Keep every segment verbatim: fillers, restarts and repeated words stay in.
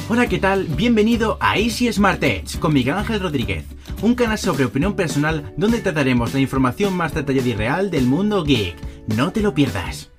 Hola, ¿qué tal? Bienvenido a Easy Smart Edge con Miguel Ángel Rodríguez, un canal sobre opinión personal donde trataremos la información más detallada y real del mundo geek. No te lo pierdas.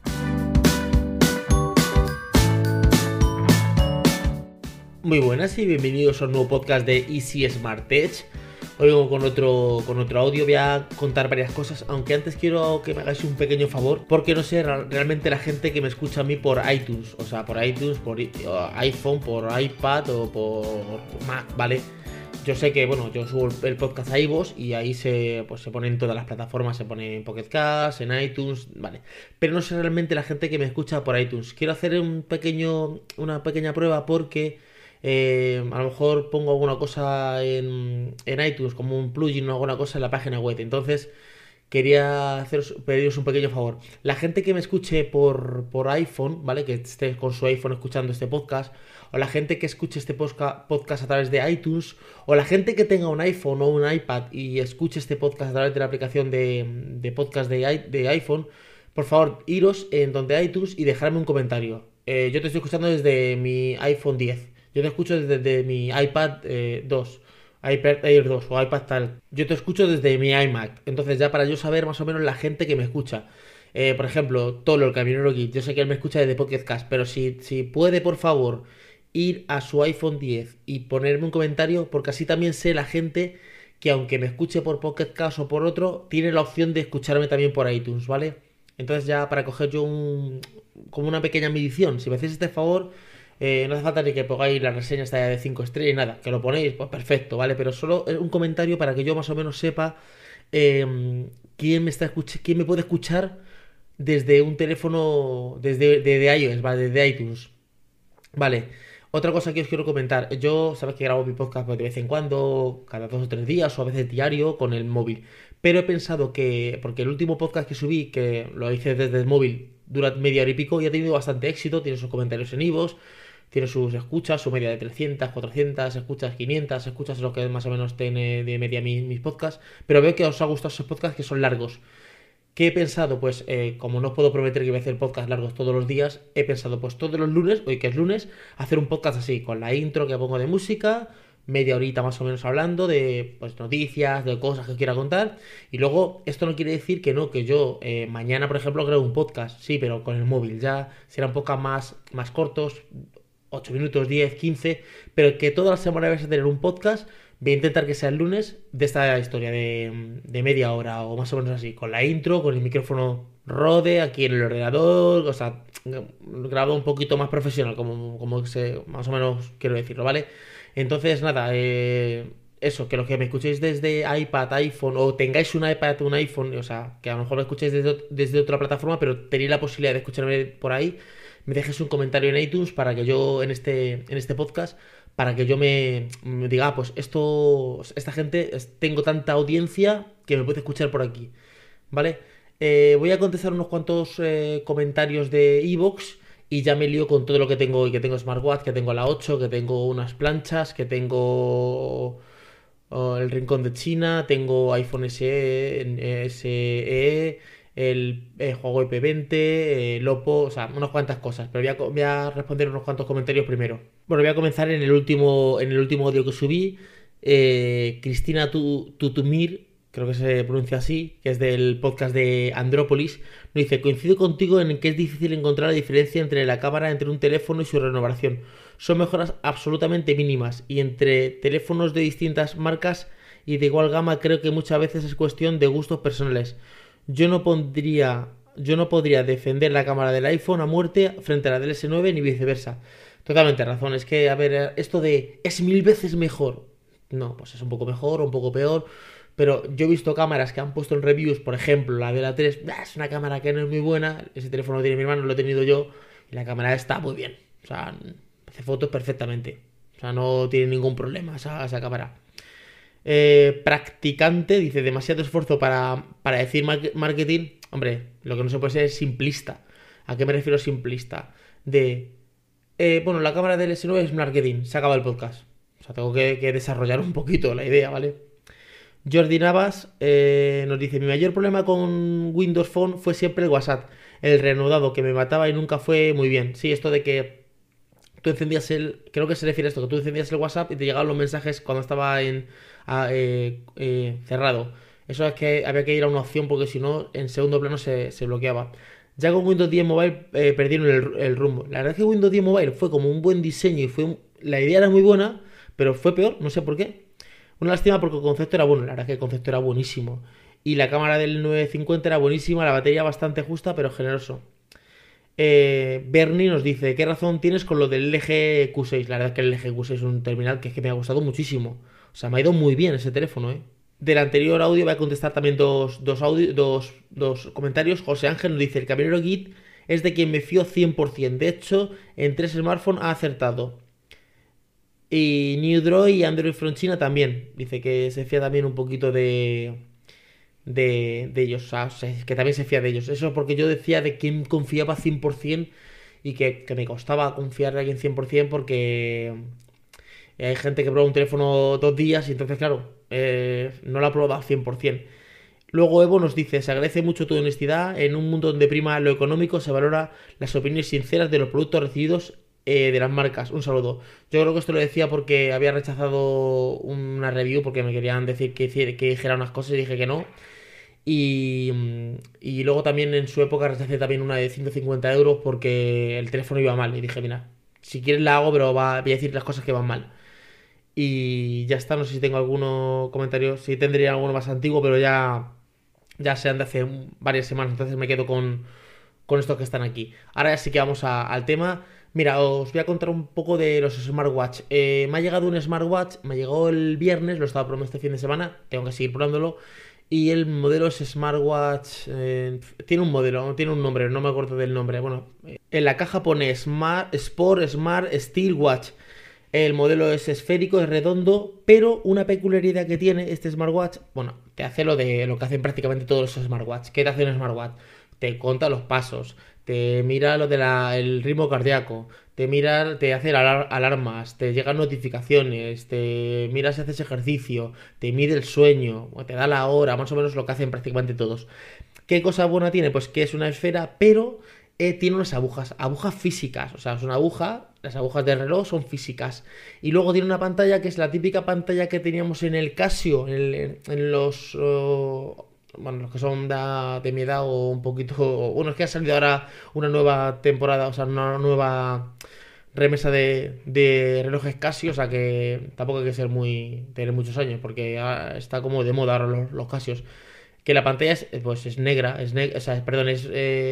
Muy buenas y bienvenidos a un nuevo podcast de Easy Smart Edge. Hoy vengo con otro, con otro audio, voy a contar varias cosas, aunque antes quiero que me hagáis un pequeño favor, porque no sé realmente la gente que me escucha a mí por iTunes, o sea, por iTunes, por iPhone, por iPad o por Mac, ¿vale? Yo sé que, bueno, yo subo el podcast a iVoox y ahí se, pues, se pone en todas las plataformas, se pone en Pocket Cast, en iTunes, ¿vale? Pero no sé realmente la gente que me escucha por iTunes. Quiero hacer un pequeño, una pequeña prueba porque... Eh, a lo mejor pongo alguna cosa en, en iTunes como un plugin o alguna cosa en la página web. Entonces quería haceros, pediros un pequeño favor. La gente que me escuche por, por iPhone, ¿vale? Que esté con su iPhone escuchando este podcast, o la gente que escuche este podcast a través de iTunes, o la gente que tenga un iPhone o un iPad y escuche este podcast a través de la aplicación de, de podcast de, de iPhone, por favor, iros en donde iTunes y dejadme un comentario. Eh, yo te estoy escuchando desde mi iPhone diez. Yo te escucho desde, desde mi iPad eh, dos, iPad Air dos o iPad tal. Yo te escucho desde mi iMac. Entonces ya para yo saber más o menos la gente que me escucha. Eh, por ejemplo, Tolo, el camionero geek. Yo sé que él me escucha desde Pocket Cast. Pero si, si puede, por favor, ir a su iPhone diez y ponerme un comentario. Porque así también sé la gente que aunque me escuche por Pocket Cast o por otro, tiene la opción de escucharme también por iTunes, ¿vale? Entonces ya para coger yo un... como una pequeña medición. Si me hacéis este favor... Eh, no hace falta ni que pongáis la reseña esta de cinco estrellas y nada, que lo ponéis, pues perfecto, ¿vale? Pero solo un comentario para que yo más o menos sepa eh, quién me está escuch- quién me puede escuchar desde un teléfono, desde, desde iOS, ¿vale? Desde iTunes. Vale. Otra cosa que os quiero comentar, yo sabes que grabo mi podcast pues, de vez en cuando, cada dos o tres días o a veces diario con el móvil. Pero he pensado que, porque el último podcast que subí, que lo hice desde el móvil, dura media hora y pico y ha tenido bastante éxito, tiene sus comentarios en iVoox, tiene sus escuchas, su media de trescientas, cuatrocientas, escuchas quinientas, escuchas lo que más o menos tiene de media mis, mis podcasts, pero veo que os ha gustado esos podcasts que son largos. ¿Qué he pensado? Pues eh, como no puedo prometer que voy a hacer podcast largos todos los días, he pensado pues todos los lunes, hoy que es lunes, hacer un podcast así, con la intro que pongo de música, media horita más o menos hablando de pues, noticias, de cosas que quiera contar. Y luego, esto no quiere decir que no, que yo eh, mañana, por ejemplo, creo un podcast, sí, pero con el móvil, ya serán podcast más, más cortos, ocho minutos, diez, quince, pero que toda la semana vais a tener un podcast. Voy a intentar que sea el lunes de esta historia de, de media hora o más o menos así, con la intro, con el micrófono Rode aquí en el ordenador, o sea, grabado un poquito más profesional, como, como se, más o menos quiero decirlo, ¿vale? Entonces, nada, eh, eso, que los que me escuchéis desde iPad, iPhone, o tengáis un iPad, un iPhone, o sea, que a lo mejor me escuchéis desde, desde otra plataforma, pero tenéis la posibilidad de escucharme por ahí, me dejes un comentario en iTunes para que yo en este, en este podcast, para que yo me, me diga, ah, pues esto, esta gente, tengo tanta audiencia que me puede escuchar por aquí, ¿vale? Eh, voy a contestar unos cuantos eh, comentarios de iVoox y ya me lío con todo lo que tengo hoy, que tengo smartwatch, que tengo la ocho, que tengo unas planchas, que tengo oh, el rincón de China, tengo iPhone S E, S E, el, el Huawei P veinte, el Oppo, o sea, unas cuantas cosas, pero voy a, voy a responder unos cuantos comentarios primero. Bueno, voy a comenzar en el último, en el último audio que subí. Eh, Cristina Tutumir, creo que se pronuncia así, que es del podcast de Andrópolis, nos dice: coincido contigo en que es difícil encontrar la diferencia entre la cámara entre un teléfono y su renovación. Son mejoras absolutamente mínimas y entre teléfonos de distintas marcas y de igual gama creo que muchas veces es cuestión de gustos personales. Yo no pondría, yo no podría defender la cámara del iPhone a muerte frente a la del ese nueve ni viceversa. Totalmente razón, es que, a ver, esto de es mil veces mejor. No, pues es un poco mejor o un poco peor. Pero yo he visto cámaras que han puesto en reviews, por ejemplo, la de la tres, es una cámara que no es muy buena. Ese teléfono lo tiene mi hermano, lo he tenido yo, y la cámara está muy bien. O sea, hace fotos perfectamente. O sea, no tiene ningún problema esa, esa cámara. Eh, practicante, dice, demasiado esfuerzo para, para decir marketing. Hombre, lo que no se puede ser es simplista. ¿A qué me refiero simplista? De, eh, bueno, la cámara del ese nueve es marketing, se acaba el podcast. O sea, tengo que, que desarrollar un poquito la idea, ¿vale? Jordi Navas eh, nos dice: mi mayor problema con Windows Phone fue siempre el WhatsApp, el reanudado que me mataba y nunca fue muy bien. Sí, esto de que tú encendías el... Creo que se refiere a esto, que tú encendías el WhatsApp y te llegaban los mensajes cuando estaba en a, eh, eh, cerrado. Eso es que había que ir a una opción porque si no, en segundo plano se, se bloqueaba. Ya con Windows diez Mobile eh, perdieron el, el rumbo. La verdad es que Windows diez Mobile fue como un buen diseño y fue un... la idea era muy buena, pero fue peor, no sé por qué. Una lástima porque el concepto era bueno, la verdad es que el concepto era buenísimo. Y la cámara del novecientos cincuenta era buenísima, la batería bastante justa, pero generoso. Eh, Bernie nos dice, ¿qué razón tienes con lo del L G Q seis? La verdad es que el L G Q seis es un terminal que es que me ha gustado muchísimo. O sea, me ha ido muy bien ese teléfono, ¿eh? Del anterior audio voy a contestar también dos, dos, audio, dos, dos comentarios. José Ángel nos dice, el camionero Git es de quien me fío cien por ciento. De hecho, en tres smartphones ha acertado. Y New Droid y Android from China también. Dice que se fía también un poquito de... De, de ellos, o sea, que también se fía de ellos. Eso porque yo decía de quién confiaba cien por ciento y que, que me costaba confiar de alguien cien por ciento porque hay gente que prueba un teléfono dos días y entonces, claro, eh, no lo ha probado cien por ciento. Luego Evo nos dice, se agradece mucho tu honestidad. En un mundo donde prima lo económico, se valora las opiniones sinceras de los productos recibidos eh, de las marcas. Un saludo. Yo creo que esto lo decía porque había rechazado una review porque me querían decir que, que dijera unas cosas y dije que no. Y, y luego también en su época rechacé también una de ciento cincuenta euros porque el teléfono iba mal. Y dije, mira, si quieres la hago, pero va, voy a decir las cosas que van mal. Y ya está, no sé si tengo alguno comentario, si tendría alguno más antiguo, pero ya, ya sean de hace varias semanas, entonces me quedo con, con estos que están aquí. Ahora ya sí que vamos a, al tema. Mira, os voy a contar un poco de los smartwatch. Eh, me ha llegado un smartwatch, me llegó el viernes, lo estaba probando este fin de semana, tengo que seguir probándolo. Y el modelo es smartwatch, eh, tiene un modelo, tiene un nombre, no me acuerdo del nombre. Bueno, en la caja pone Smart, Sport, Smart, Steel Watch. El modelo es esférico, es redondo, pero una peculiaridad que tiene este smartwatch, bueno, te hace lo de lo que hacen prácticamente todos los smartwatch. ¿Qué te hace un smartwatch? Te cuenta los pasos, te mira lo del ritmo cardíaco, te mira, te hace alar alarmas, te llegan notificaciones, te mira si haces ejercicio, te mide el sueño, te da la hora, más o menos lo que hacen prácticamente todos. ¿Qué cosa buena tiene? Pues que es una esfera, pero eh, tiene unas agujas, agujas físicas, o sea, es una aguja, las agujas de reloj son físicas. Y luego tiene una pantalla que es la típica pantalla que teníamos en el Casio, en, el, en los... Uh, bueno, los que son de, de mi edad o un poquito... Bueno, es que ha salido ahora una nueva temporada, o sea, una nueva remesa de, de relojes Casio, o sea que tampoco hay que ser muy... tener muchos años, porque está como de moda ahora los, los Casios. Que la pantalla es, pues, es negra, es neg o sea, perdón, es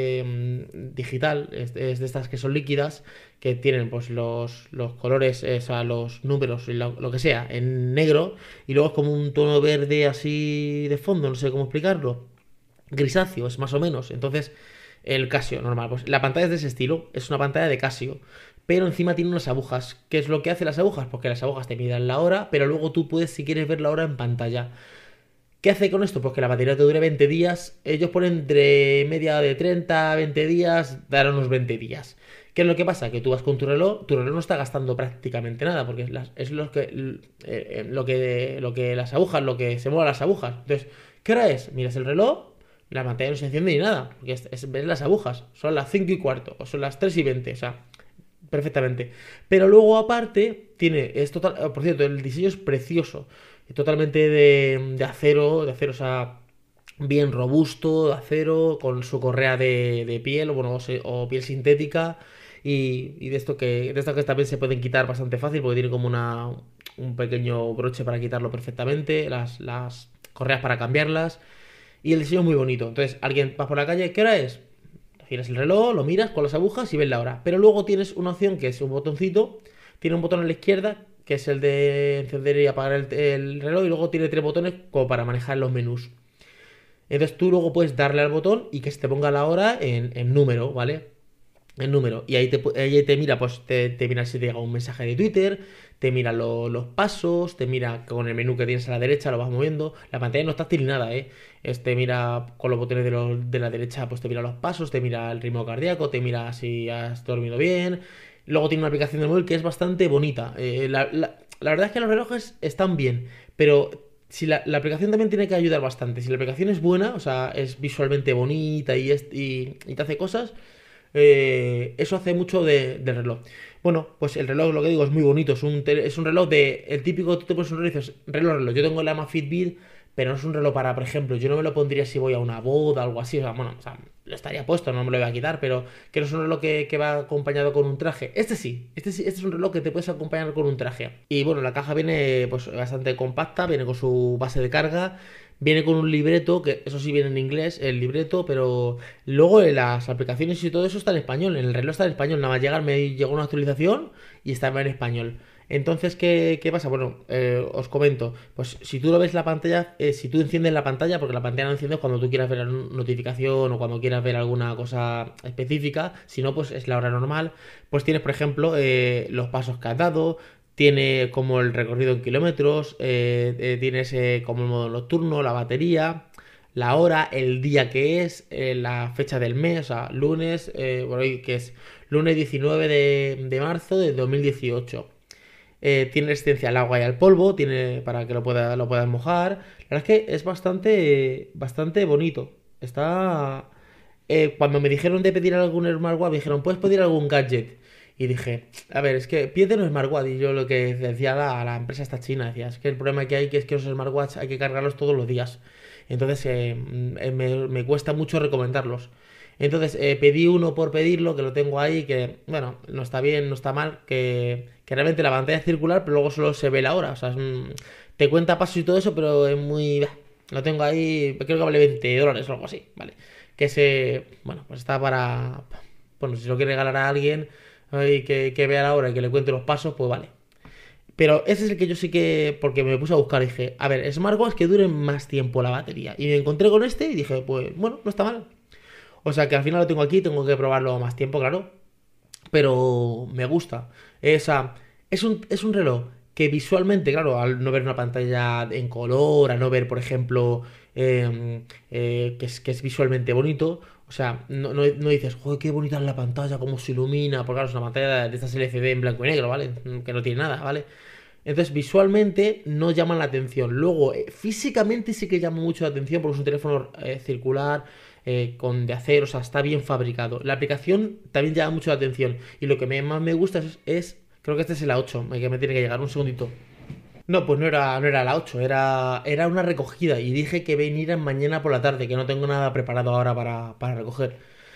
eh, digital, es, es de estas que son líquidas, que tienen pues los, los colores, eh, o sea, los números, lo, lo que sea, en negro, y luego es como un tono verde así de fondo, no sé cómo explicarlo, grisáceo, es más o menos. Entonces, el Casio, normal, pues la pantalla es de ese estilo, es una pantalla de Casio, pero encima tiene unas agujas. ¿Qué es lo que hacen las agujas? Porque las agujas te miden la hora, pero luego tú puedes, si quieres ver la hora en pantalla. ¿Qué hace con esto? Pues que la batería te dure veinte días. Ellos ponen entre media de treinta a veinte días, darán unos veinte días. ¿Qué es lo que pasa? Que tú vas con tu reloj, tu reloj no está gastando prácticamente nada, porque es, las, es lo, que, eh, lo, que, lo que las agujas, lo que se mueven las agujas. Entonces, ¿qué hora es? Miras el reloj, la pantalla no se enciende ni nada, porque es, es, ves las agujas. Son las cinco y cuarto, o son las tres y veinte, o sea, perfectamente. Pero luego aparte, tiene, es total, por cierto, el diseño es precioso. Totalmente de, de acero, de acero, o sea, bien robusto, de acero, con su correa de, de piel, o bueno, o, se, o piel sintética, y, y de esto que de esto que también se pueden quitar bastante fácil, porque tiene como una un pequeño broche para quitarlo perfectamente, las, las correas para cambiarlas, y el diseño es muy bonito. Entonces, alguien va por la calle, ¿qué hora es? Giras el reloj, lo miras con las agujas y ves la hora. Pero luego tienes una opción que es un botoncito, tiene un botón a la izquierda, que es el de encender y apagar el, el reloj, y luego tiene tres botones como para manejar los menús. Entonces tú luego puedes darle al botón y que se te ponga la hora en, en número, ¿vale? En número. Y ahí te, ahí te mira, pues te, te mira si te llega un mensaje de Twitter, te mira lo, los pasos, te mira con el menú que tienes a la derecha, lo vas moviendo. La pantalla no está táctil ni nada, ¿eh? Es, te mira con los botones de, los, de la derecha, pues te mira los pasos, te mira el ritmo cardíaco, te mira si has dormido bien. Luego tiene una aplicación de móvil que es bastante bonita. Eh, la, la, la verdad es que los relojes están bien, pero si la, la aplicación también tiene que ayudar bastante. Si la aplicación es buena, o sea, es visualmente bonita y, es, y, y te hace cosas, eh, eso hace mucho de, del reloj. Bueno, pues el reloj, lo que digo, es muy bonito. Es un, es un reloj de. El típico, tú te pones un reloj y dices, reloj, reloj. Yo tengo el Amazfit, pero no es un reloj para, por ejemplo, yo no me lo pondría si voy a una boda o algo así. O sea, bueno, o sea, lo estaría puesto, no me lo voy a quitar, pero que no es un reloj que, que va acompañado con un traje. Este sí, este sí, este es un reloj que te puedes acompañar con un traje. Y bueno, la caja viene pues bastante compacta, viene con su base de carga. Viene con un libreto, que eso sí viene en inglés, el libreto, pero luego en las aplicaciones y todo eso está en español. En el reloj está en español. Nada más llegar me llegó una actualización y estaba en español. Entonces, ¿qué, qué pasa? Bueno, eh, os comento. Pues si tú lo ves la pantalla, eh, si tú enciendes la pantalla, porque la pantalla no enciendes cuando tú quieras ver la notificación o cuando quieras ver alguna cosa específica, si no, pues es la hora normal. Pues tienes, por ejemplo, eh, los pasos que has dado. Tiene como el recorrido en kilómetros, eh, eh, tienes eh, como el modo nocturno, la batería, la hora, el día que es, eh, la fecha del mes, o sea, lunes, eh, bueno, que es lunes diecinueve de, de marzo de dos mil dieciocho. Eh, tiene resistencia al agua y al polvo, tiene para que lo puedas lo puedas mojar. La verdad es que es bastante, bastante bonito. Está... eh, cuando me dijeron de pedir algún smartwatch, me dijeron, ¿puedes pedir algún gadget? Y dije, a ver, es que pide un smartwatch. Y yo lo que decía a la, a la empresa esta china, decía, es que el problema que hay que es que los smartwatch hay que cargarlos todos los días. Entonces eh, me, me cuesta mucho recomendarlos. Entonces eh, pedí uno por pedirlo, que lo tengo ahí, que bueno, no está bien, no está mal, que, que realmente la pantalla es circular, pero luego solo se ve la hora. O sea, es un- te cuenta pasos y todo eso, pero es muy... bah, lo tengo ahí, creo que vale veinte dólares o algo así, ¿vale? Que se... Bueno, pues está para... Bueno, si lo quiere regalar a alguien y que, que vea la hora y que le cuente los pasos, pues vale. Pero ese es el que yo sí que, porque me puse a buscar, dije, a ver, smartwatch que duren más tiempo la batería. Y me encontré con este y dije, pues bueno, no está mal. O sea que al final lo tengo aquí, tengo que probarlo más tiempo, claro. Pero me gusta. Esa, es un, es un reloj que visualmente, claro, al no ver una pantalla en color, al no ver, por ejemplo, eh, eh, que, es, que es visualmente bonito, o sea, no, no, no dices, joder, qué bonita es la pantalla, cómo se ilumina, porque claro, es una pantalla de estas L C D en blanco y negro, ¿vale? Que no tiene nada, ¿vale? Entonces, visualmente no llaman la atención. Luego, eh, físicamente sí que llama mucho la atención porque es un teléfono eh, circular, eh, con de acero, o sea, está bien fabricado. La aplicación también llama mucho la atención. Y lo que me- más me gusta es, es- creo que este es el A ocho, eh, que me tiene que llegar un segundito. No, pues no era, no era la ocho, era, era una recogida. Y dije que vinieran mañana por la tarde, que no tengo nada preparado ahora para, para recoger.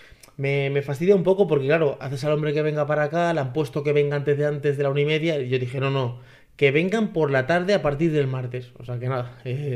Me, me fastidia un poco porque, claro, haces al hombre que venga para acá, le han puesto que venga antes de antes de la una y media, y yo dije, no, no, que vengan por la tarde a partir del martes. O sea que nada, eh,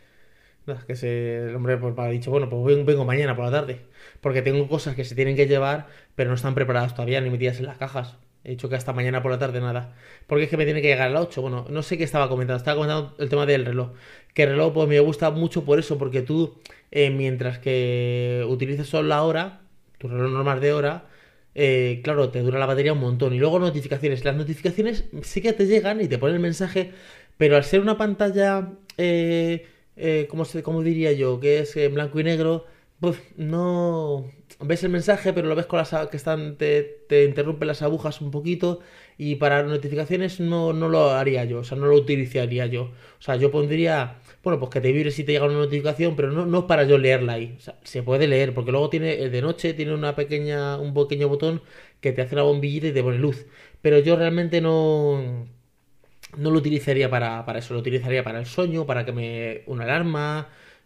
nada, que se, el hombre pues, me ha dicho, bueno, pues ven- vengo mañana por la tarde, porque tengo cosas que se tienen que llevar, pero no están preparadas todavía ni metidas en las cajas. He dicho que hasta mañana por la tarde nada. Porque es que me tiene que llegar a las ocho. Bueno, no sé qué estaba comentando. Estaba comentando el tema del reloj. Que el reloj pues me gusta mucho por eso. Porque tú, eh, mientras que utilices solo la hora, tu reloj normal de hora, eh, claro, te dura la batería un montón. Y luego notificaciones. Las notificaciones sí que te llegan y te ponen el mensaje, pero al ser una pantalla, eh, eh, ¿cómo, se, cómo diría yo? Que es en blanco y negro, pues no... Ves el mensaje, pero lo ves con las a- que están, te, te interrumpen las agujas un poquito y para notificaciones no, no lo haría yo, o sea, no lo utilizaría yo. O sea, yo pondría, bueno, pues que te vibre si te llega una notificación, pero no, no es para yo leerla ahí. O sea, se puede leer, porque luego tiene, el de noche tiene una pequeña, un pequeño botón que te hace la bombillita y te pone luz. Pero yo realmente no, no lo utilizaría para, para eso, lo utilizaría para el sueño, para que me... una alarma,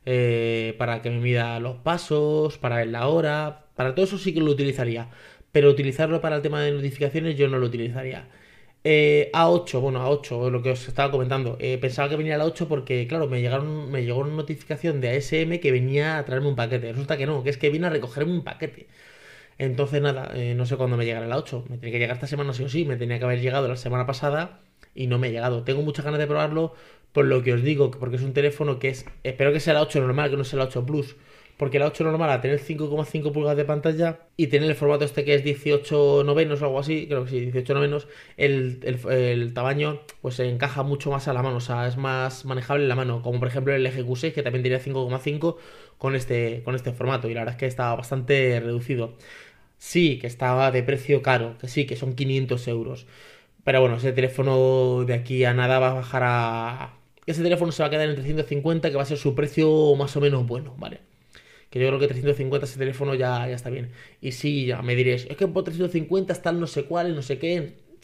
eh, para que me mida los pasos, para ver la hora, para todo eso sí que lo utilizaría. Pero utilizarlo para el tema de notificaciones yo no lo utilizaría. Eh, A ocho, bueno, A ocho, lo que os estaba comentando. Eh, pensaba que venía la ocho porque, claro, me llegaron, me llegó una notificación de A S M que venía a traerme un paquete. Resulta que no, que es que viene a recogerme un paquete. Entonces, nada, eh, no sé cuándo me llegará la ocho. Me tiene que llegar esta semana sí o sí. Me tenía que haber llegado la semana pasada y no me ha llegado. Tengo muchas ganas de probarlo por lo que os digo, que- porque es un teléfono que es... Espero que sea la ocho normal, que no sea la ocho Plus. Porque la ocho normal, a tener cinco coma cinco pulgadas de pantalla y tener el formato este que es dieciocho novenos o algo así, creo que sí, dieciocho novenos, el, el- el tamaño pues se encaja mucho más a la mano, o sea, es más manejable en la mano. Como por ejemplo el G Q seis, que también tenía cinco coma cinco con este, con este formato. Y la verdad es que está bastante reducido. Sí, que estaba de precio caro, que sí, que son quinientos euros. Pero bueno, ese teléfono de aquí a nada va a bajar a... Ese teléfono se va a quedar en trescientos cincuenta, que va a ser su precio más o menos bueno, ¿vale? Que yo creo que trescientos cincuenta ese teléfono ya, ya está bien. Y sí, ya me diréis, es que por trescientos cincuenta está el no sé cuál, el no sé qué.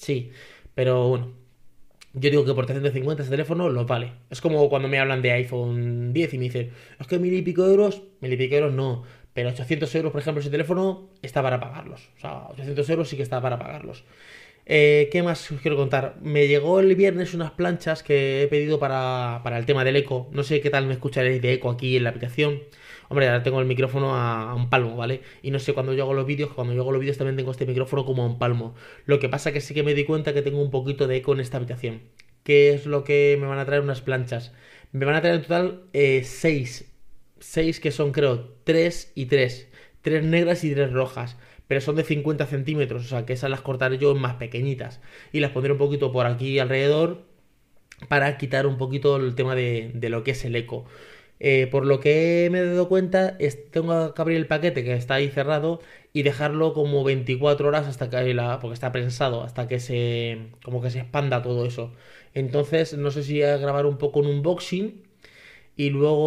sí, pero bueno, yo digo que por trescientos cincuenta ese teléfono los vale. Es como cuando me hablan de iPhone diez y me dicen, es que mil y pico euros, mil y pico euros no, pero ochocientos euros, por ejemplo, ese teléfono está para pagarlos. O sea, ochocientos euros sí que está para pagarlos. Eh, ¿Qué más os quiero contar? Me llegó el viernes unas planchas que he pedido para, para el tema del eco. No sé qué tal me escucharéis de eco aquí en la aplicación. Hombre, ahora tengo el micrófono a, a un palmo, ¿vale? Y no sé cuando yo hago los vídeos, cuando yo hago los vídeos también tengo este micrófono como a un palmo. Lo que pasa que sí que me di cuenta que tengo un poquito de eco en esta habitación. ¿Qué es lo que me van a traer? Unas planchas. Me van a traer en total eh, seis. Seis que son, creo, tres y tres. Tres negras y tres rojas. Pero son de cincuenta centímetros, o sea que esas las cortaré yo en más pequeñitas. Y las pondré un poquito por aquí alrededor para quitar un poquito el tema de, de lo que es el eco. Eh, por lo que me he dado cuenta, es, tengo que abrir el paquete que está ahí cerrado y dejarlo como veinticuatro horas hasta que la, porque está prensado, hasta que se, como que se expanda todo eso. Entonces, no sé si a grabar un poco un unboxing y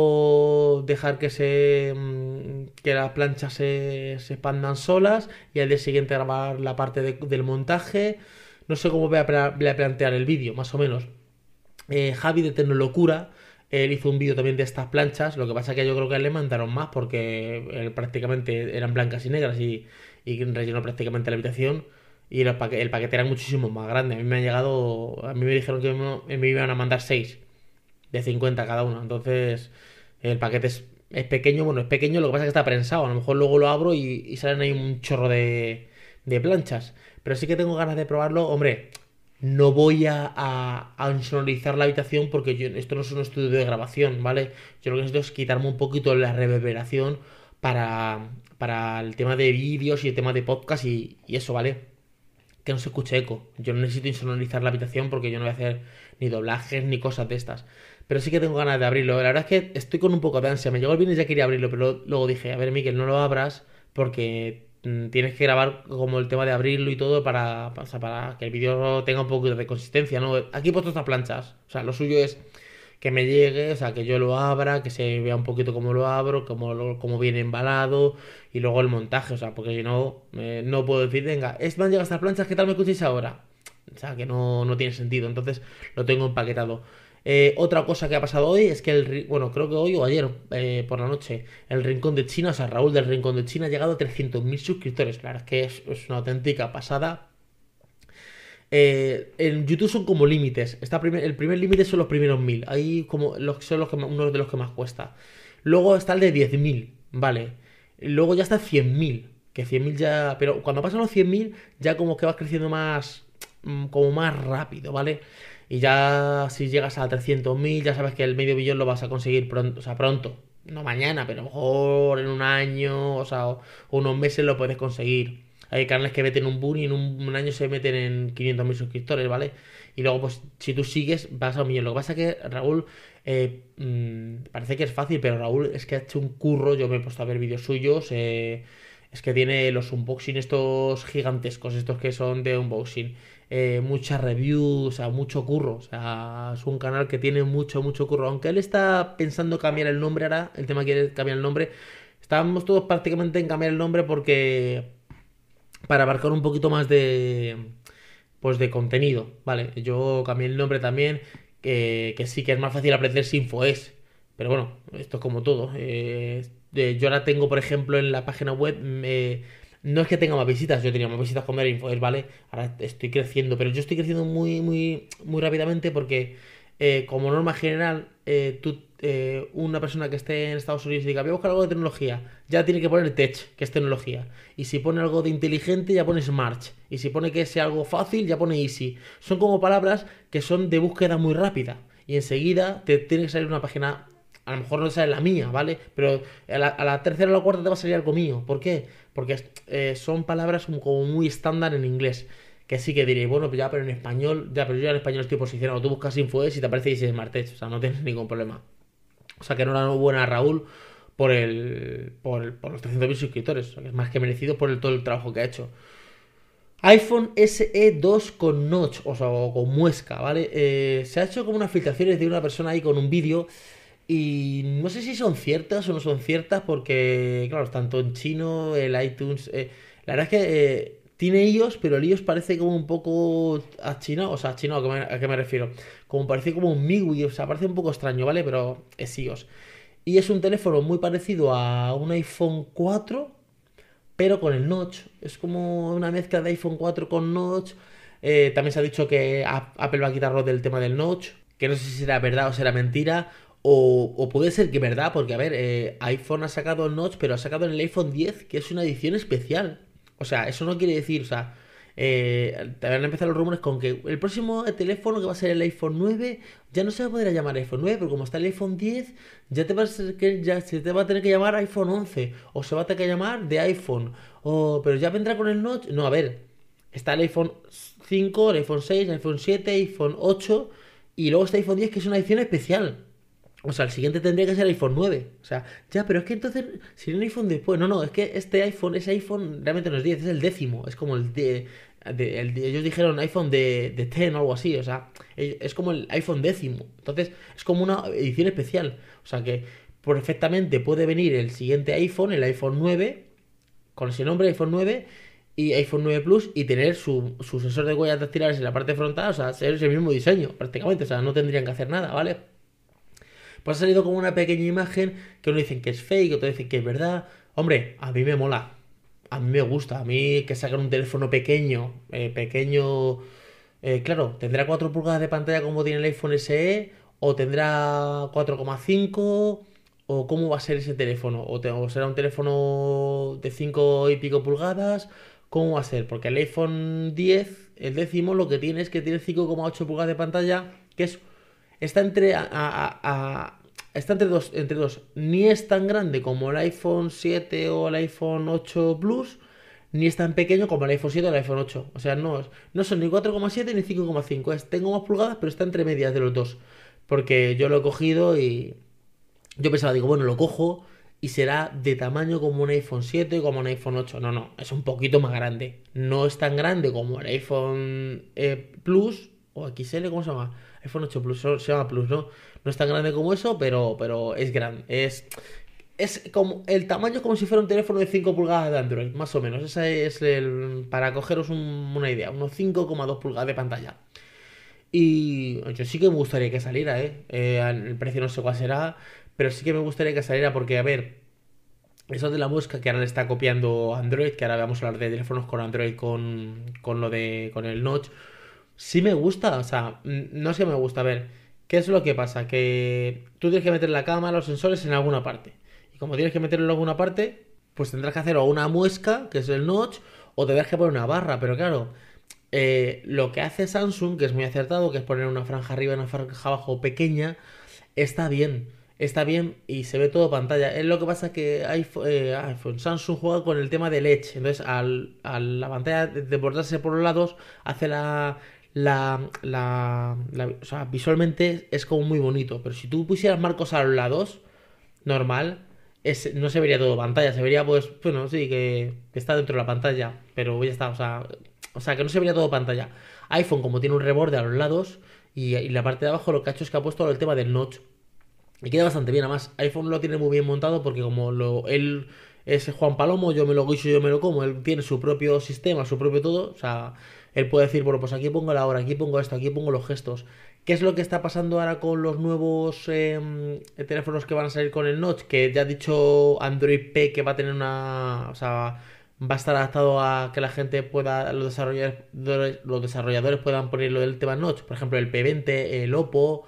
luego dejar que se mm, que las planchas se, se expandan solas y al día siguiente grabar la parte de- del montaje. No sé cómo voy a, pla- voy a plantear el vídeo, más o menos. Eh, Javi de Tecnolocura, él hizo un vídeo también de estas planchas. Lo que pasa es que yo creo que a él le mandaron más porque él prácticamente eran blancas y negras y, y rellenó prácticamente la habitación. Y el, paque- el paquete era muchísimo más grande. A mí me ha llegado. A mí me dijeron que me, me iban a mandar seis de cincuenta cada uno. Entonces, el paquete es, es pequeño. Bueno, es pequeño, lo que pasa es que está prensado. A lo mejor luego lo abro y, y salen ahí un chorro de, de planchas. Pero sí que tengo ganas de probarlo. Hombre, no voy a, a, a insonorizar la habitación porque yo, esto no es un estudio de grabación, ¿vale? Yo lo que necesito es quitarme un poquito la reverberación para, para el tema de vídeos y el tema de podcast y, y eso, ¿vale? Que no se escuche eco. Yo no necesito insonorizar la habitación porque yo no voy a hacer ni doblajes ni cosas de estas. Pero sí que tengo ganas de abrirlo. La verdad es que estoy con un poco de ansia. Me llegó el viernes y ya quería abrirlo, pero luego dije, a ver, Miquel, no lo abras porque mm, tienes que grabar como el tema de abrirlo y todo para, o sea, para que el vídeo tenga un poco de consistencia, ¿no? Aquí he puesto estas planchas. O sea, lo suyo es que me llegue, o sea, que yo lo abra, que se vea un poquito cómo lo abro, cómo, lo- cómo viene embalado y luego el montaje, o sea, porque si no, eh, no puedo decir, venga, es, me han llegado estas planchas, ¿qué tal me escucháis ahora? O sea, que no, no tiene sentido, entonces lo tengo empaquetado. Eh, otra cosa que ha pasado hoy es que el, ri- bueno, creo que hoy o ayer eh, por la noche, el Rincón de China, o sea, Raúl del Rincón de China ha llegado a trescientos mil suscriptores. La verdad es que es, es una auténtica pasada. Eh, en YouTube son como límites. Está primer- el primer límite son los primeros mil. Ahí como los, son los que, uno de los que más cuesta. Luego está el de diez mil, vale. Luego ya está cien mil. Que cien mil ya. Pero cuando pasan los cien mil, ya como que vas creciendo más. mm, Como más rápido, ¿vale? Y ya si llegas a trescientos mil, ya sabes que el medio billón lo vas a conseguir pronto. O sea, pronto. No mañana, pero a lo mejor en un año, o sea, o unos meses lo puedes conseguir. Hay canales que meten un boom y en un, un año se meten en quinientos mil suscriptores, ¿vale? Y luego, pues, si tú sigues, vas a un millón. Lo que pasa es que Raúl, eh, mm, parece que es fácil, pero Raúl es que ha hecho un curro. Yo me he puesto a ver vídeos suyos. eh, es que tiene los unboxing estos gigantescos, estos que son de unboxing. Eh, muchas reviews, o sea, mucho curro. O sea, es un canal que tiene mucho, mucho curro. Aunque él está pensando cambiar el nombre ahora, el tema quiere cambiar el nombre. Estábamos todos prácticamente en cambiar el nombre porque para abarcar un poquito más de pues de contenido, ¿vale? Yo cambié el nombre también, que, que sí que es más fácil aprender SinfoES, pero bueno, esto es como todo. Eh, eh, yo ahora tengo, por ejemplo, en la página web, eh, no es que tenga más visitas, yo tenía más visitas con ver InfoES, ¿vale? Ahora estoy creciendo, pero yo estoy creciendo muy, muy, muy rápidamente porque eh, como norma general, eh, tú, eh, una persona que esté en Estados Unidos y diga, voy a buscar algo de tecnología, ya tiene que poner tech, que es tecnología. Y si pone algo de inteligente, ya pone smart. Y si pone que sea algo fácil, ya pone easy. Son como palabras que son de búsqueda muy rápida. Y enseguida te tiene que salir una página. A lo mejor no te sale la mía, ¿vale? Pero a la, a la tercera o la cuarta te va a salir algo mío. ¿Por qué? Porque eh, son palabras como, como muy estándar en inglés. Que sí que diréis, bueno, pues ya, pero en español, ya, pero yo ya en español estoy posicionado. Tú buscas InfoES y te aparece Easy Smart Edge. O sea, no tienes ningún problema. O sea, que enhorabuena a Raúl por el, por, el- por los trescientos mil suscriptores. O sea, que es más que merecido por el, todo el trabajo que ha hecho. iPhone S E dos con notch, o sea, o con muesca, ¿vale? Eh, se ha hecho como unas filtraciones de una persona ahí con un vídeo y no sé si son ciertas o no son ciertas porque, claro, tanto en chino, el iTunes... eh, la verdad es que eh, tiene iOS, pero el iOS parece como un poco achinado, o sea, achinado, ¿a qué me, a qué me refiero? Como parece como un MIUI, o sea, parece un poco extraño, ¿vale? Pero es iOS. Y es un teléfono muy parecido a un iPhone cuatro, pero con el notch. Es como una mezcla de iPhone cuatro con notch. Eh, también se ha dicho que Apple va a quitarlo del tema del notch, que no sé si será verdad o será mentira. O, o puede ser que verdad, porque a ver, eh, iPhone ha sacado el notch, pero ha sacado en el iPhone diez, que es una edición especial. O sea, eso no quiere decir, o sea, eh, te van a empezar los rumores con que el próximo teléfono, que va a ser el iPhone nueve, ya no se va a poder llamar iPhone nueve, pero como está el iPhone diez, ya te va a, ser que, ya se te va a tener que llamar iPhone once, o se va a tener que llamar de iPhone, o, pero ya vendrá con el notch. No, a ver, está el iPhone cinco, el iPhone seis, el iPhone siete, iPhone ocho, y luego está el iPhone diez, que es una edición especial. O sea, el siguiente tendría que ser el iPhone nueve. O sea, ya, pero es que entonces, si hay un iPhone después, no, no, es que este iPhone, ese iPhone realmente no es diez, es el décimo. Es como el de. de- el de- ellos dijeron iPhone de, de diez o algo así. O sea, es es como el iPhone décimo. Entonces, es como una edición especial. O sea, que perfectamente puede venir el siguiente iPhone, el iPhone nueve, con ese nombre, iPhone nueve, y iPhone nueve Plus, y tener su, su sensor de huellas dactilares en la parte frontal. O sea, ser el mismo diseño, prácticamente. O sea, no tendrían que hacer nada, ¿vale? Pues ha salido como una pequeña imagen que uno dicen que es fake, otro dicen que es verdad. Hombre, a mí me mola. A mí me gusta. A mí que sacan un teléfono pequeño, eh, pequeño. Eh, claro, tendrá cuatro pulgadas de pantalla como tiene el iPhone S E, o tendrá cuatro coma cinco, o cómo va a ser ese teléfono. O, te- o será un teléfono de cinco y pico pulgadas. ¿Cómo va a ser? Porque el iPhone diez, el décimo, lo que tiene es que tiene cinco coma ocho pulgadas de pantalla, que es Está entre, a, a- a- está entre dos, entre dos. Ni es tan grande como el iPhone siete o el iPhone ocho Plus, ni es tan pequeño como el iPhone siete o el iPhone ocho. O sea, no, es- no son ni cuatro coma siete ni cinco coma cinco. Es, tengo más pulgadas, pero está entre medias de los dos. Porque yo lo he cogido y yo pensaba, digo, bueno, lo cojo y será de tamaño como un iPhone siete o como un iPhone ocho. No, no, es un poquito más grande. No es tan grande como el iPhone eh, Plus o X L, ¿cómo se llama? iPhone ocho Plus, se llama Plus, ¿no? No es tan grande como eso, pero, pero es grande. Es, es como el tamaño es como si fuera un teléfono de cinco pulgadas de Android, más o menos. Ese es el, para cogeros un- una idea, unos cinco coma dos pulgadas de pantalla. Y yo sí que me gustaría que saliera, ¿eh? Eh, el precio no sé cuál será, pero sí que me gustaría que saliera porque, a ver, eso de la música que ahora le está copiando Android, que ahora vamos a hablar de teléfonos con Android con, con lo de con el Notch, sí me gusta, o sea, mm, no es que me gusta, a ver, ¿qué es lo que pasa? Que tú tienes que meter la cámara, los sensores en alguna parte. Y como tienes que meterlo en alguna parte, pues tendrás que hacer o una muesca, que es el notch, o tendrás que poner una barra, pero claro, eh, lo que hace Samsung, que es muy acertado, que es poner una franja arriba y una franja abajo pequeña, está bien. Está bien y se ve todo pantalla. Es lo que pasa que iPhone, eh, iPhone, Samsung juega con el tema del Edge. Entonces, al, a la pantalla desbordarse por los lados, hace la, la, la, la- O sea, visualmente es como muy bonito. Pero si tú pusieras marcos a los lados, normal, es, no se vería todo pantalla. Se vería, pues, bueno, sí, que, que está dentro de la pantalla. Pero ya está, o sea, o sea, que no se vería todo pantalla. iPhone, como tiene un reborde a los lados y, y la parte de abajo, lo que ha hecho es que ha puesto el tema del notch. Y queda bastante bien, además. iPhone lo tiene muy bien montado porque como lo, él es Juan Palomo, yo me lo guiso, yo me lo como. Él tiene su propio sistema, su propio todo. O sea, él puede decir, bueno, pues aquí pongo la hora, aquí pongo esto, aquí pongo los gestos. ¿Qué es lo que está pasando ahora con los nuevos eh, teléfonos que van a salir con el Notch? Que ya ha dicho Android P que va a tener una... O sea, va a estar adaptado a que la gente pueda, los desarrolladores, los desarrolladores puedan ponerlo del tema Notch. Por ejemplo, el P veinte, el Oppo.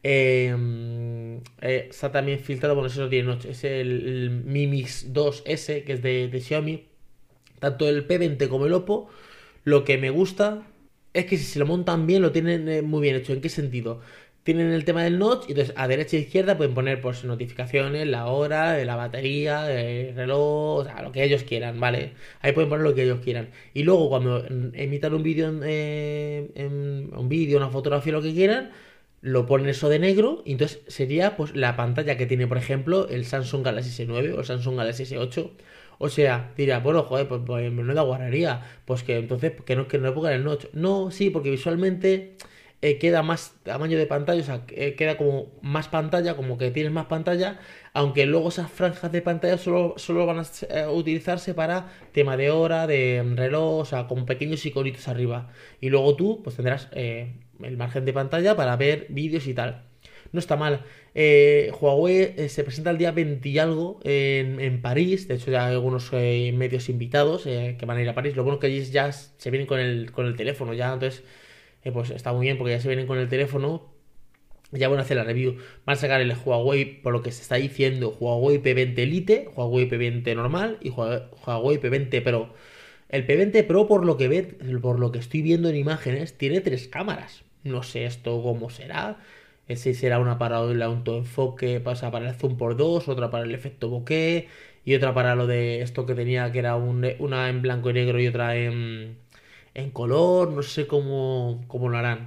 Eh, eh, está también filtrado, bueno, eso no tiene Notch, es el, el Mi Mix dos S, que es de, de Xiaomi. Tanto el P veinte como el Oppo, lo que me gusta es que si se lo montan bien, lo tienen eh, muy bien hecho. ¿En qué sentido? Tienen el tema del notch, y entonces a derecha e izquierda pueden poner pues notificaciones, la hora, eh, la batería, el reloj, o sea, lo que ellos quieran, ¿vale? Ahí pueden poner lo que ellos quieran. Y luego cuando mm, emitan un vídeo, en, eh, en- un vídeo, una fotografía, lo que quieran, lo ponen eso de negro, y entonces sería pues la pantalla que tiene, por ejemplo, el Samsung Galaxy S nueve o el Samsung Galaxy S ocho. O sea, dirá, bueno, joder, pues, pues menuda guarrería. Pues que entonces, que no, que no le pongan el notch. No, sí, porque visualmente eh, queda más tamaño de pantalla, o sea, eh, queda como más pantalla, como que tienes más pantalla, aunque luego esas franjas de pantalla solo, solo van a eh, utilizarse para tema de hora, de reloj, o sea, con pequeños iconitos arriba. Y luego tú, pues tendrás eh, el margen de pantalla para ver vídeos y tal. No está mal. Eh, Huawei eh, se presenta el día veinte y algo en, en París. De hecho, ya hay algunos eh, medios invitados eh, que van a ir a París. Lo bueno que ellos ya se vienen con el, con el teléfono, ya. Entonces, eh, pues está muy bien porque ya se vienen con el teléfono. Ya van a hacer la review. Van a sacar el Huawei, por lo que se está diciendo, Huawei P veinte Lite, Huawei P veinte normal y Huawei P veinte Pro. El P veinte Pro, por lo que ve, por lo que estoy viendo en imágenes, tiene tres cámaras. No sé esto cómo será. Si será una para el autoenfoque, pasa para el zoom por dos, otra para el efecto bokeh y otra para lo de esto que tenía, que era un, una en blanco y negro y otra en, en color. No sé cómo, cómo lo harán.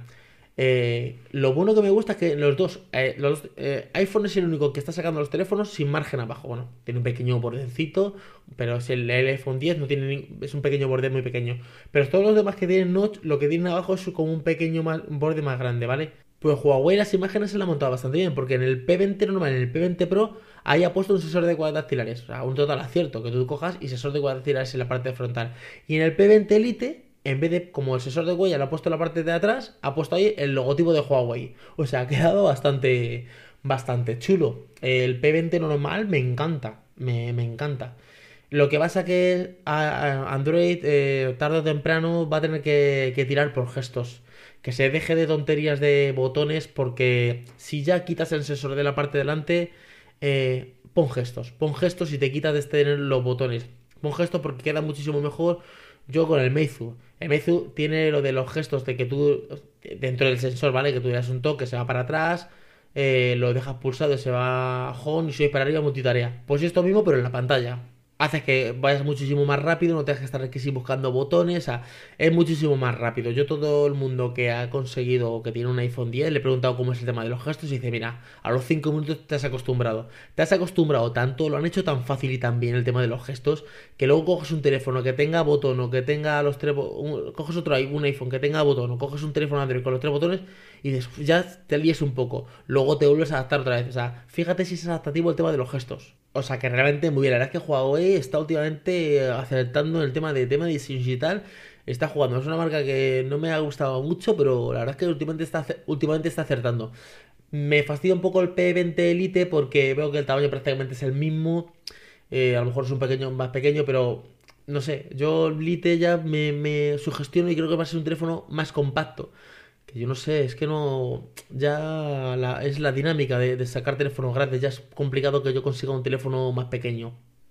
Eh, lo bueno que me gusta es que los dos, eh, los eh, iPhone es el único que está sacando los teléfonos sin margen abajo. Bueno, tiene un pequeño bordecito, pero es el, el iPhone diez no tiene ni, es un pequeño borde muy pequeño. Pero todos los demás que tienen notch, lo que tienen abajo es como un pequeño más, un borde más grande, ¿vale? Pues Huawei las imágenes se la ha montado bastante bien, porque en el P veinte normal, en el P veinte Pro, ahí ha puesto un sensor de huellas dactilares. O sea, un total acierto, que tú cojas y sensor de huellas dactilares en la parte frontal. Y en el P veinte Lite, en vez de, como el sensor de huella lo ha puesto en la parte de atrás, ha puesto ahí el logotipo de Huawei. O sea, ha quedado bastante, bastante chulo. El P veinte normal me encanta, me, me encanta. Lo que pasa que Android eh, tarde o temprano va a tener que, que tirar por gestos. Que se deje de tonterías de botones, porque si ya quitas el sensor de la parte de delante, eh, pon gestos. Pon gestos y te quitas de tener los botones. Pon gestos porque queda muchísimo mejor. Yo con el Meizu. El Meizu tiene lo de los gestos de que tú, dentro del sensor, ¿vale? Que tú le das un toque, se va para atrás, eh, lo dejas pulsado, se va a home y sube para arriba, multitarea. Pues esto mismo, pero en la pantalla. Haces que vayas muchísimo más rápido, no tengas que estar aquí buscando botones, o sea, es muchísimo más rápido. Yo todo el mundo que ha conseguido o que tiene un iPhone diez le he preguntado cómo es el tema de los gestos y dice, mira, a los cinco minutos te has acostumbrado. Te has acostumbrado tanto, lo han hecho tan fácil y tan bien el tema de los gestos, que luego coges un teléfono que tenga botón o que tenga los tres, coges otro un iPhone que tenga botón o coges un teléfono Android con los tres botones y dices, ya te líes un poco. Luego te vuelves a adaptar otra vez. O sea, fíjate si es adaptativo el tema de los gestos. O sea, que realmente muy bien. La verdad es que Huawei está últimamente acertando en el tema de tema de diseño digital. Está jugando. Es una marca que no me ha gustado mucho, pero la verdad es que últimamente está, últimamente está acertando. Me fastidia un poco el P veinte Lite porque veo que el tamaño prácticamente es el mismo. Eh, a lo mejor es un pequeño más pequeño, pero no sé. Yo Lite ya me, me sugestiono y creo que va a ser un teléfono más compacto. Que yo no sé, es que no. Ya la, es la dinámica de, de sacar teléfonos grandes. Ya es complicado que yo consiga un teléfono más pequeño.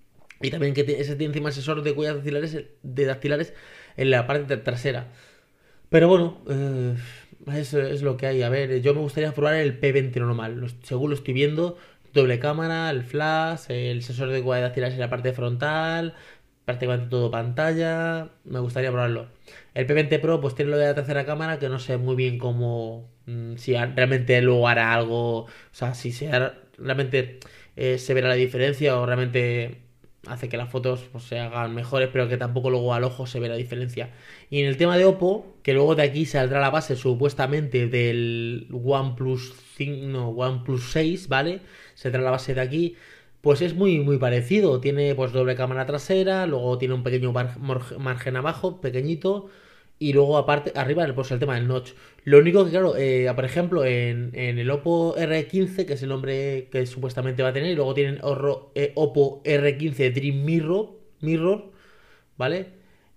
Y también que te, ese tiene encima sensor de huellas dactilares, de dactilares en la parte trasera. Pero bueno, eh, eso es lo que hay. A ver, yo me gustaría probar el P veinte normal. Según lo estoy viendo, doble cámara, el flash, el sensor de huellas dactilares en la parte frontal, prácticamente todo pantalla. Me gustaría probarlo. El P veinte Pro pues tiene lo de la tercera cámara, que no sé muy bien cómo, mmm, si realmente luego hará algo, o sea, si se hará, realmente eh, se verá la diferencia o realmente hace que las fotos pues, se hagan mejores, pero que tampoco luego al ojo se ve la diferencia. Y en el tema de Oppo, que luego de aquí saldrá la base supuestamente del OnePlus cinco, no, OnePlus seis, ¿vale? Saldrá la base de aquí. Pues es muy muy parecido, tiene pues doble cámara trasera, luego tiene un pequeño mar margen abajo, pequeñito, y luego aparte, arriba pues el tema del notch. Lo único que claro, eh, por ejemplo en, en el Oppo R quince, que es el nombre que supuestamente va a tener, y luego tienen Orro, eh, Oppo R quince Dream Mirror, Mirror, ¿vale?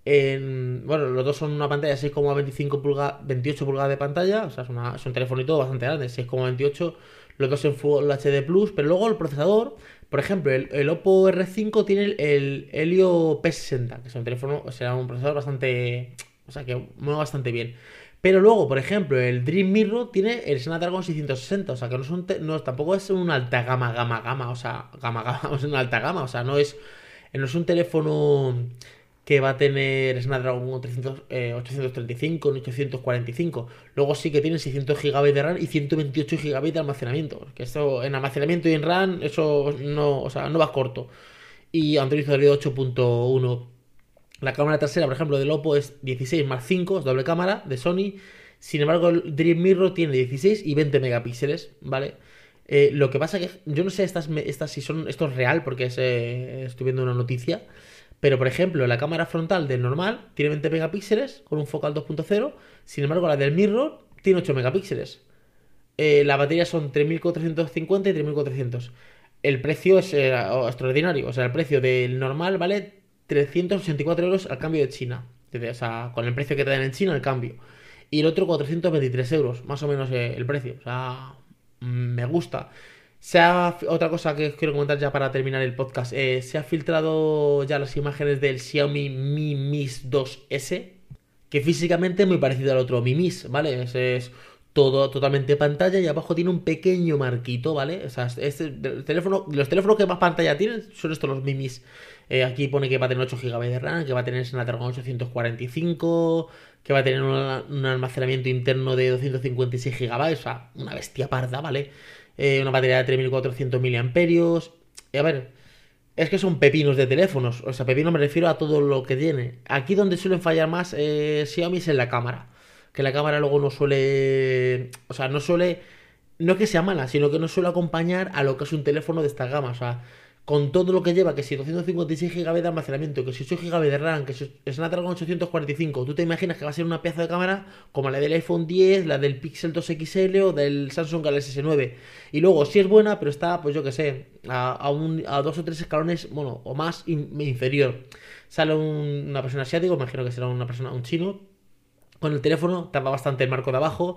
En, bueno, los dos son una pantalla seis coma veinticinco pulgadas, veintiocho pulgadas de pantalla, o sea, es, una, es un telefonito bastante grande, seis coma veintiocho, los dos en Full H D Plus, pero luego el procesador, por ejemplo, el, el Oppo R cinco tiene el, el Helio P sesenta, que es un teléfono, o sea, un procesador bastante, o sea, que mueve bastante bien. Pero luego, por ejemplo, el Dream Mirror tiene el Snapdragon seiscientos sesenta, o sea, que no es un te no, tampoco es una alta gama, gama, gama, o sea, gama, gama, es una alta gama, o sea, no es, no es un teléfono que va a tener Snapdragon ochocientos treinta y cinco, ochocientos cuarenta y cinco. Luego sí que tiene seiscientos gigabytes de RAM y ciento veintiocho gigabytes de almacenamiento. Que esto en almacenamiento y en RAM, eso no, o sea, no va corto. Y Android ocho punto uno. La cámara trasera, por ejemplo, del Oppo es dieciséis más cinco, es doble cámara de Sony. Sin embargo, el Dream Mirror tiene dieciséis y veinte megapíxeles, ¿vale? Eh, lo que pasa que yo no sé estas, estas si son esto es real, porque es, eh, estoy viendo una noticia, pero por ejemplo, la cámara frontal del normal tiene veinte megapíxeles con un focal dos punto cero, sin embargo, la del Mirror tiene ocho megapíxeles. Eh, la batería son tres mil cuatrocientos cincuenta y tres mil cuatrocientos. El precio es eh, extraordinario. O sea, el precio del normal vale trescientos ochenta y cuatro euros al cambio de China. O sea, con el precio que te dan en China, el cambio. Y el otro cuatrocientos veintitrés euros, más o menos eh, el precio. O sea, me gusta. Se ha, otra cosa que quiero comentar ya para terminar el podcast. Eh, se ha filtrado ya las imágenes del Xiaomi Mi Mix dos ese. Que físicamente es muy parecido al otro Mi Mix, ¿vale? Ese es todo totalmente pantalla y abajo tiene un pequeño marquito, ¿vale? O sea, este, el teléfono, los teléfonos que más pantalla tienen son estos los Mi Mix. Eh, aquí pone que va a tener ocho gigabytes de RAM, que va a tener Snapdragon ochocientos cuarenta y cinco, que va a tener un, un almacenamiento interno de doscientos cincuenta y seis gigabytes, o sea, una bestia parda, ¿vale? Eh, una batería de tres mil cuatrocientos miliamperios. Y a ver, es que son pepinos de teléfonos, o sea, pepino me refiero a todo lo que tiene. Aquí donde suelen fallar más eh, Xiaomi es en la cámara. Que la cámara luego no suele, o sea, no suele, no es que sea mala, sino que no suele acompañar a lo que es un teléfono de esta gama, o sea, con todo lo que lleva, que si doscientos cincuenta y seis gigabytes de almacenamiento, que si ocho gigabytes de RAM, que si Snapdragon ochocientos cuarenta y cinco, tú te imaginas que va a ser una pieza de cámara como la del iPhone diez, la del Pixel dos equis ele o del Samsung Galaxy ese nueve. Y luego, sí es buena, pero está, pues yo que sé, a, a, un, a dos o tres escalones, bueno, o más in, inferior. Sale un, una persona asiática, imagino que será una persona, un chino, con el teléfono, tapa bastante el marco de abajo.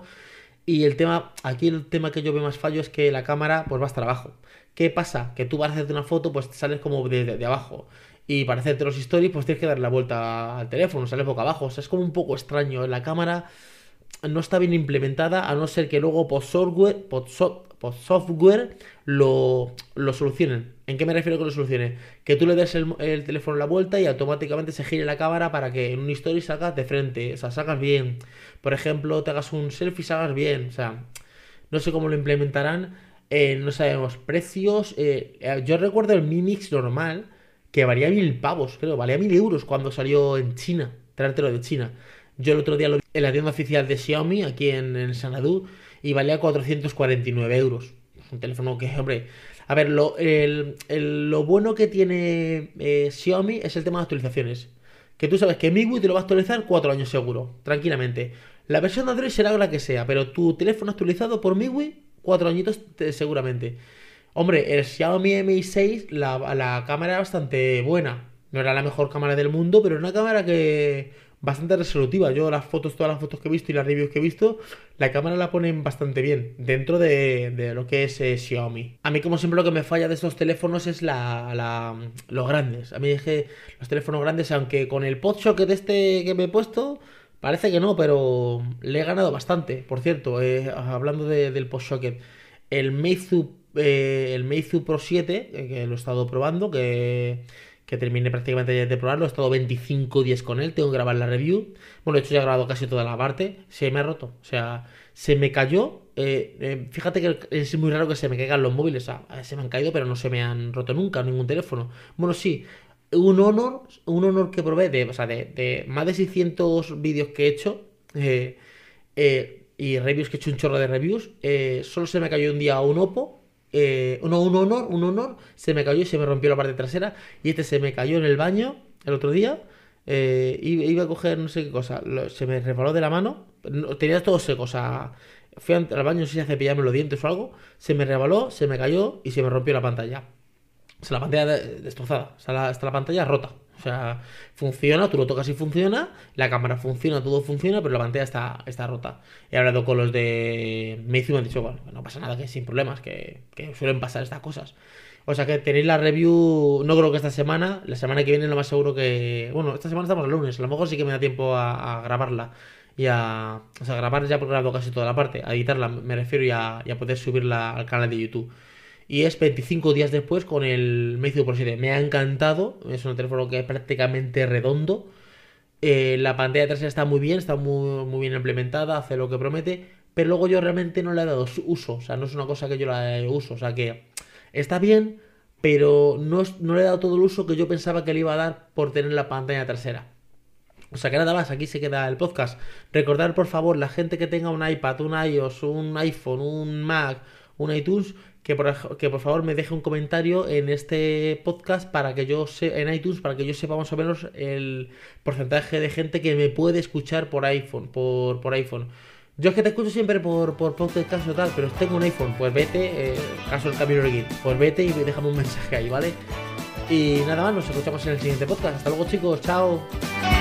Y el tema, aquí el tema que yo veo más fallo es que la cámara pues va a estar abajo. ¿Qué pasa? Que tú para hacerte una foto pues te sales como de, de, de abajo. Y para hacerte los stories pues tienes que darle la vuelta al teléfono, sales boca abajo. O sea, es como un poco extraño. La cámara no está bien implementada, a no ser que luego por software, por, so, por software lo, lo solucionen. ¿En qué me refiero que lo solucionen? Que tú le des el, el teléfono la vuelta y automáticamente se gire la cámara para que en un story salgas de frente, o sea, salgas bien. Por ejemplo, te hagas un selfie y salgas bien. O sea, no sé cómo lo implementarán, eh, no sabemos precios. Eh, yo recuerdo el Mi Mix normal, que valía mil pavos, creo, valía mil euros cuando salió en China, traértelo de China. Yo el otro día lo vi en la tienda oficial de Xiaomi, aquí en, en Sanadú, y valía cuatrocientos cuarenta y nueve euros. Un teléfono que, hombre... A ver, lo, el, el, lo bueno que tiene eh, Xiaomi es el tema de actualizaciones. Que tú sabes que M I U I te lo va a actualizar cuatro años seguro, tranquilamente. La versión de Android será la que sea, pero tu teléfono actualizado por M I U I, cuatro añitos te, seguramente. Hombre, el Xiaomi Mi seis, la, la cámara era bastante buena. No era la mejor cámara del mundo, pero era una cámara que... bastante resolutiva. Yo las fotos, todas las fotos que he visto y las reviews que he visto, la cámara la ponen bastante bien dentro de, de lo que es eh, Xiaomi. A mí, como siempre, lo que me falla de estos teléfonos es la, la, los grandes. A mí es que los teléfonos grandes, aunque con el PodSocket este que me he puesto, parece que no, pero le he ganado bastante. Por cierto, eh, hablando de, del PodSocket, el Meizu, eh, el Meizu Pro siete, eh, que lo he estado probando, que... que terminé prácticamente de probarlo, he estado veinticinco días con él, tengo que grabar la review. Bueno, de hecho ya he grabado casi toda la parte, se me ha roto, o sea, se me cayó. Eh, eh, fíjate que es muy raro que se me caigan los móviles, o sea, se me han caído, pero no se me han roto nunca ningún teléfono. Bueno, sí, un Honor, un Honor que probé, de, o sea, de, de más de seiscientos vídeos que he hecho, eh, eh, y reviews que he hecho un chorro de reviews, eh, solo se me cayó un día un Oppo. Eh, no, un honor, un honor, se me cayó y se me rompió la parte trasera. Y este se me cayó en el baño el otro día. Eh, iba a coger no sé qué cosa, lo, se me resbaló de la mano. No, tenía todo seco, o sea, fui al baño, no sé si a cepillarme los dientes o algo. Se me resbaló, se me cayó y se me rompió la pantalla. O sea, la pantalla destrozada, o sea, la, está la pantalla rota. O sea, funciona, tú lo tocas y funciona, la cámara funciona, todo funciona, pero la pantalla está, está rota. He hablado con los de Meizu y me han dicho, bueno, no pasa nada, que sin problemas, que, que suelen pasar estas cosas. O sea que tenéis la review, no creo que esta semana, la semana que viene lo más seguro que... Bueno, esta semana estamos el lunes, a lo mejor sí que me da tiempo a, a grabarla y a... O sea, grabar ya porque he grabado casi toda la parte, a editarla me refiero y a, y a poder subirla al canal de YouTube. Y es veinticinco días después con el Meizu Pro siete. Me ha encantado. Es un teléfono que es prácticamente redondo. Eh, la pantalla trasera está muy bien, está muy, muy bien implementada, hace lo que promete. Pero luego yo realmente no le he dado uso. O sea, no es una cosa que yo la uso. O sea, que está bien, pero no, es, no le he dado todo el uso que yo pensaba que le iba a dar por tener la pantalla trasera. O sea que nada más, aquí se queda el podcast. Recordad por favor, la gente que tenga un iPad, un iOS, un iPhone, un Mac, un iTunes, que por, que por favor me deje un comentario en este podcast para que yo se, en iTunes, para que yo sepa más o menos el porcentaje de gente que me puede escuchar por iPhone, por, por iPhone. Yo es que te escucho siempre por, por podcast o tal, pero tengo un iPhone, pues vete, eh, caso el Camino Git, pues vete y déjame un mensaje ahí, ¿vale? Y nada más, nos escuchamos en el siguiente podcast. Hasta luego, chicos, chao.